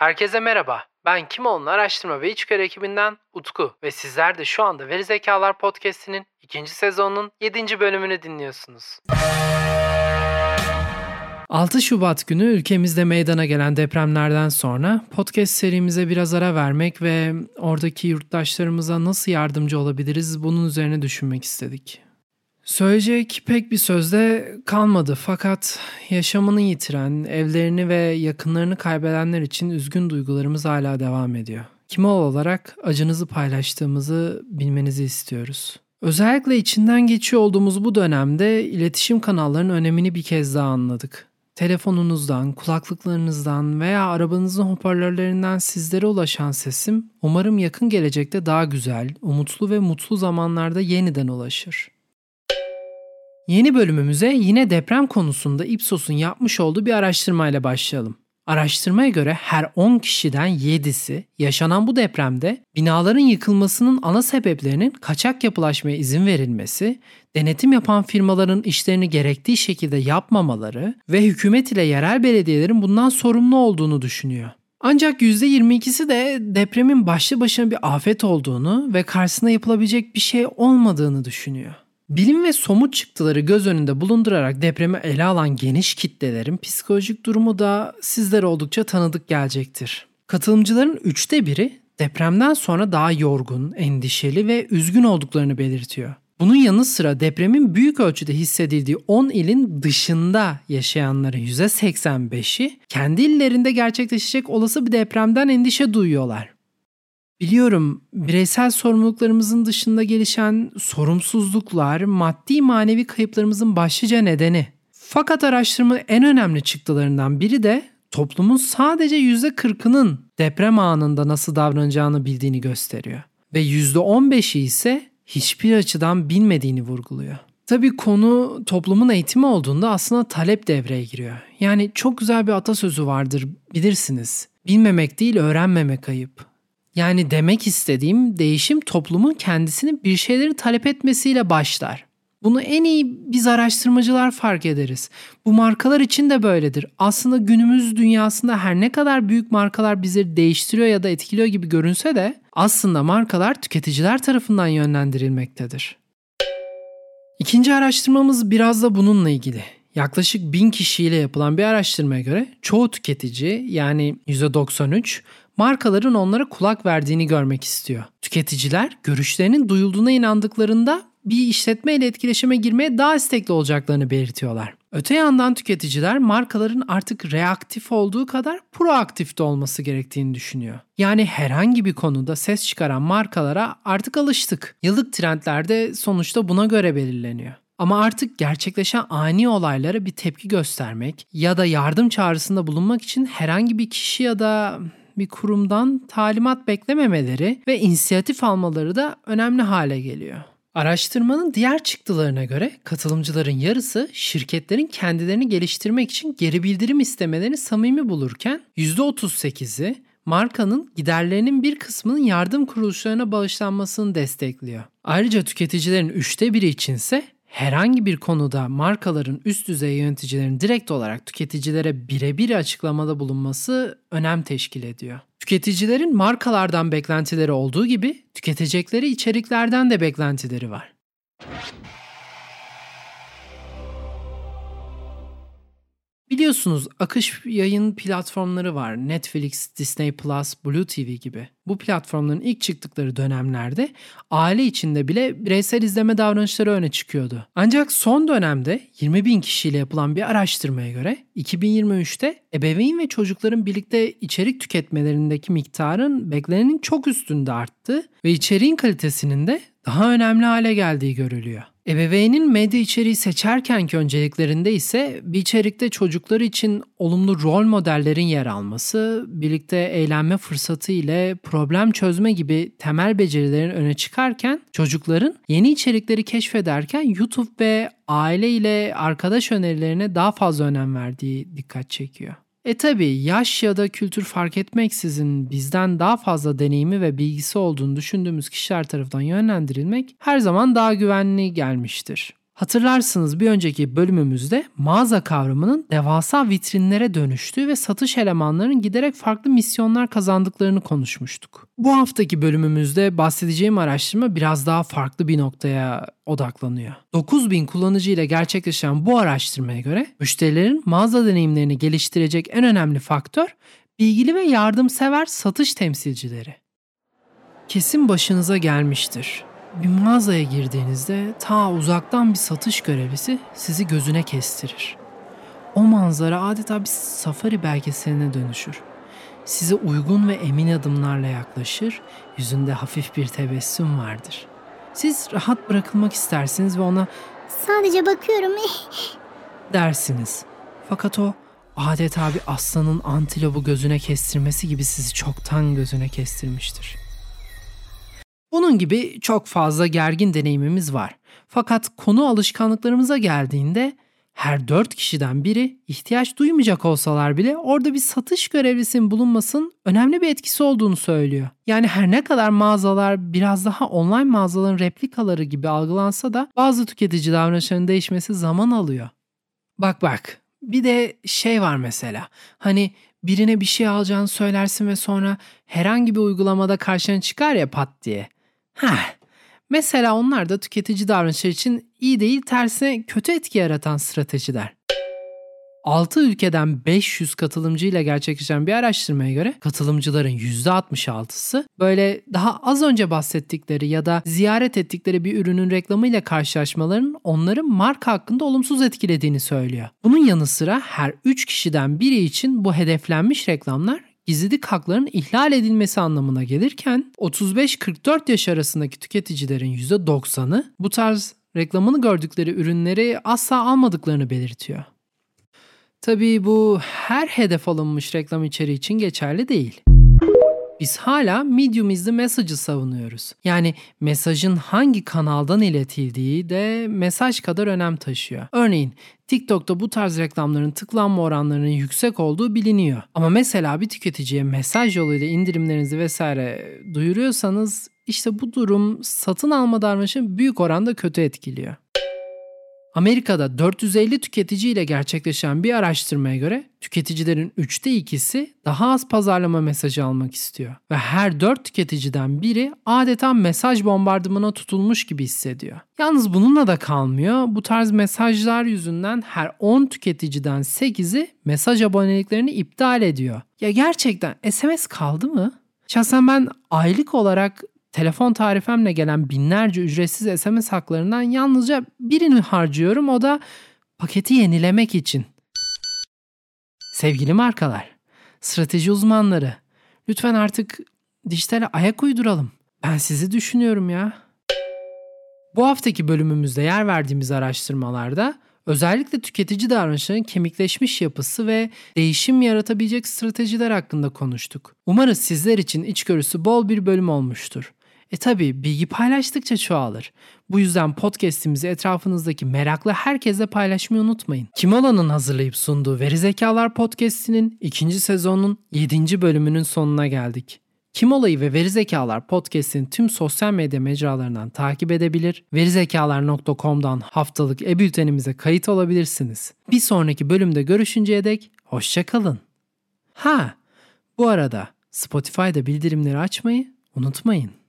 Herkese merhaba. Ben Kimoğlu'nun araştırma ve içgörü ekibinden Utku ve sizler de şu anda Veri Zekalar Podcast'inin 2. sezonunun 7. bölümünü dinliyorsunuz. 6 Şubat günü ülkemizde meydana gelen depremlerden sonra podcast serimize biraz ara vermek ve oradaki yurttaşlarımıza nasıl yardımcı olabiliriz bunun üzerine düşünmek istedik. Söyleyecek pek bir sözde kalmadı fakat yaşamını yitiren, evlerini ve yakınlarını kaybedenler için üzgün duygularımız hala devam ediyor. Kimoğlu olarak acınızı paylaştığımızı bilmenizi istiyoruz. Özellikle içinden geçiyor olduğumuz bu dönemde iletişim kanallarının önemini bir kez daha anladık. Telefonunuzdan, kulaklıklarınızdan veya arabanızın hoparlörlerinden sizlere ulaşan sesim umarım yakın gelecekte daha güzel, umutlu ve mutlu zamanlarda yeniden ulaşır. Yeni bölümümüze yine deprem konusunda Ipsos'un yapmış olduğu bir araştırmayla başlayalım. Araştırmaya göre her 10 kişiden 7'si yaşanan bu depremde binaların yıkılmasının ana sebeplerinin kaçak yapılaşmaya izin verilmesi, denetim yapan firmaların işlerini gerektiği şekilde yapmamaları ve hükümet ile yerel belediyelerin bundan sorumlu olduğunu düşünüyor. Ancak %22'si de depremin başlı başına bir afet olduğunu ve karşısında yapılabilecek bir şey olmadığını düşünüyor. Bilim ve somut çıktıları göz önünde bulundurarak depremi ele alan geniş kitlelerin psikolojik durumu da sizlere oldukça tanıdık gelecektir. Katılımcıların 1/3'ü depremden sonra daha yorgun, endişeli ve üzgün olduklarını belirtiyor. Bunun yanı sıra depremin büyük ölçüde hissedildiği 10 ilin dışında yaşayanların %85'i kendi illerinde gerçekleşecek olası bir depremden endişe duyuyorlar. Biliyorum, bireysel sorumluluklarımızın dışında gelişen sorumsuzluklar, maddi manevi kayıplarımızın başlıca nedeni. Fakat araştırmanın en önemli çıktılarından biri de toplumun sadece %40'ının deprem anında nasıl davranacağını bildiğini gösteriyor. Ve %15'i ise hiçbir açıdan bilmediğini vurguluyor. Tabii konu toplumun eğitimi olduğunda aslında talep devreye giriyor. Yani çok güzel bir atasözü vardır, bilirsiniz. Bilmemek değil, öğrenmemek ayıp. Yani demek istediğim değişim toplumun kendisini bir şeyleri talep etmesiyle başlar. Bunu en iyi biz araştırmacılar fark ederiz. Bu markalar için de böyledir. Aslında günümüz dünyasında her ne kadar büyük markalar bizleri değiştiriyor ya da etkiliyor gibi görünse de aslında markalar tüketiciler tarafından yönlendirilmektedir. İkinci araştırmamız biraz da bununla ilgili. Yaklaşık 1000 kişiyle yapılan bir araştırmaya göre çoğu tüketici yani %93 markaların onlara kulak verdiğini görmek istiyor. Tüketiciler görüşlerinin duyulduğuna inandıklarında bir işletmeyle etkileşime girmeye daha istekli olacaklarını belirtiyorlar. Öte yandan tüketiciler markaların artık reaktif olduğu kadar proaktif de olması gerektiğini düşünüyor. Yani herhangi bir konuda ses çıkaran markalara artık alıştık. Yıllık trendler de sonuçta buna göre belirleniyor. Ama artık gerçekleşen ani olaylara bir tepki göstermek ya da yardım çağrısında bulunmak için herhangi bir kişi ya da bir kurumdan talimat beklememeleri ve inisiyatif almaları da önemli hale geliyor. Araştırmanın diğer çıktılarına göre katılımcıların yarısı şirketlerin kendilerini geliştirmek için geri bildirim istemelerini samimi bulurken %38'i markanın giderlerinin bir kısmının yardım kuruluşlarına bağışlanmasını destekliyor. Ayrıca tüketicilerin 1/3 içinse herhangi bir konuda markaların üst düzey yöneticilerin direkt olarak tüketicilere birebir açıklamada bulunması önem teşkil ediyor. Tüketicilerin markalardan beklentileri olduğu gibi tüketecekleri içeriklerden de beklentileri var. Biliyorsunuz akış yayın platformları var. Netflix, Disney Plus, Blue TV gibi. Bu platformların ilk çıktıkları dönemlerde aile içinde bile bireysel izleme davranışları öne çıkıyordu. Ancak son dönemde 20.000 kişiyle yapılan bir araştırmaya göre 2023'te ebeveyn ve çocukların birlikte içerik tüketmelerindeki miktarın beklenenin çok üstünde arttı ve içeriğin kalitesinin de daha önemli hale geldiği görülüyor. Ebeveynin medya içeriği seçerkenki önceliklerinde ise bir içerikte çocukları için olumlu rol modellerin yer alması, birlikte eğlenme fırsatı ile problem çözme gibi temel becerilerin öne çıkarken çocukların yeni içerikleri keşfederken YouTube ve aile ile arkadaş önerilerine daha fazla önem verdiği dikkat çekiyor. Tabii yaş ya da kültür fark etmeksizin bizden daha fazla deneyimi ve bilgisi olduğunu düşündüğümüz kişiler tarafından yönlendirilmek her zaman daha güvenli gelmiştir. Hatırlarsınız bir önceki bölümümüzde mağaza kavramının devasa vitrinlere dönüştüğü ve satış elemanlarının giderek farklı misyonlar kazandıklarını konuşmuştuk. Bu haftaki bölümümüzde bahsedeceğim araştırma biraz daha farklı bir noktaya odaklanıyor. 9.000 kullanıcı ile gerçekleşen bu araştırmaya göre müşterilerin mağaza deneyimlerini geliştirecek en önemli faktör bilgili ve yardımsever satış temsilcileri. Kesin başınıza gelmiştir. Bir mağazaya girdiğinizde ta uzaktan bir satış görevlisi sizi gözüne kestirir. O manzara adeta bir safari belgeseline dönüşür. Size uygun ve emin adımlarla yaklaşır, yüzünde hafif bir tebessüm vardır. Siz rahat bırakılmak istersiniz ve ona "Sadece bakıyorum." dersiniz. Fakat o adeta bir aslanın antilopu gözüne kestirmesi gibi sizi çoktan gözüne kestirmiştir. Bunun gibi çok fazla gergin deneyimimiz var. Fakat konu alışkanlıklarımıza geldiğinde her 4 kişiden biri ihtiyaç duymayacak olsalar bile orada bir satış görevlisinin bulunmasının önemli bir etkisi olduğunu söylüyor. Yani her ne kadar mağazalar biraz daha online mağazaların replikaları gibi algılansa da bazı tüketici davranışlarının değişmesi zaman alıyor. Bak bir de şey var mesela, hani birine bir şey alacağını söylersin ve sonra herhangi bir uygulamada karşına çıkar ya pat diye. Mesela onlar da tüketici davranışları için iyi değil, tersine kötü etki yaratan stratejiler. 6 ülkeden 500 katılımcıyla gerçekleşen bir araştırmaya göre katılımcıların %66'sı böyle daha az önce bahsettikleri ya da ziyaret ettikleri bir ürünün reklamıyla karşılaşmalarının onların marka hakkında olumsuz etkilediğini söylüyor. Bunun yanı sıra her 3 kişiden biri için bu hedeflenmiş reklamlar gizlilik haklarının ihlal edilmesi anlamına gelirken 35-44 yaş arasındaki tüketicilerin %90'ı bu tarz reklamını gördükleri ürünleri asla almadıklarını belirtiyor. Tabii bu her hedef alınmış reklam içeriği için geçerli değil. Biz hala medium is the message'ı savunuyoruz. Yani mesajın hangi kanaldan iletildiği de mesaj kadar önem taşıyor. Örneğin TikTok'ta bu tarz reklamların tıklanma oranlarının yüksek olduğu biliniyor. Ama mesela bir tüketiciye mesaj yoluyla indirimlerinizi vesaire duyuruyorsanız işte bu durum satın alma davranışını büyük oranda kötü etkiliyor. Amerika'da 450 tüketici ile gerçekleşen bir araştırmaya göre tüketicilerin 2/3'ü daha az pazarlama mesajı almak istiyor. Ve her 4 tüketiciden biri adeta mesaj bombardımana tutulmuş gibi hissediyor. Yalnız bununla da kalmıyor. Bu tarz mesajlar yüzünden her 10 tüketiciden 8'i mesaj aboneliklerini iptal ediyor. Ya gerçekten SMS kaldı mı? Şahsen ben aylık olarak telefon tarifemle gelen binlerce ücretsiz SMS haklarından yalnızca birini harcıyorum. O da paketi yenilemek için. Sevgili markalar, strateji uzmanları, lütfen artık dijitale ayak uyduralım. Ben sizi düşünüyorum ya. Bu haftaki bölümümüzde yer verdiğimiz araştırmalarda özellikle tüketici davranışlarının kemikleşmiş yapısı ve değişim yaratabilecek stratejiler hakkında konuştuk. Umarız sizler için içgörüsü bol bir bölüm olmuştur. Tabii bilgi paylaştıkça çoğalır. Bu yüzden podcast'imizi etrafınızdaki meraklı herkesle paylaşmayı unutmayın. Kimola'nın hazırlayıp sunduğu Veri Zekalar Podcast'inin 2. sezonun 7. bölümünün sonuna geldik. Kimola'yı ve Veri Zekalar Podcast'in tüm sosyal medya mecralarından takip edebilir, verizekalar.com'dan haftalık e-bültenimize kayıt olabilirsiniz. Bir sonraki bölümde görüşünceye dek hoşça kalın. Bu arada Spotify'da bildirimleri açmayı unutmayın.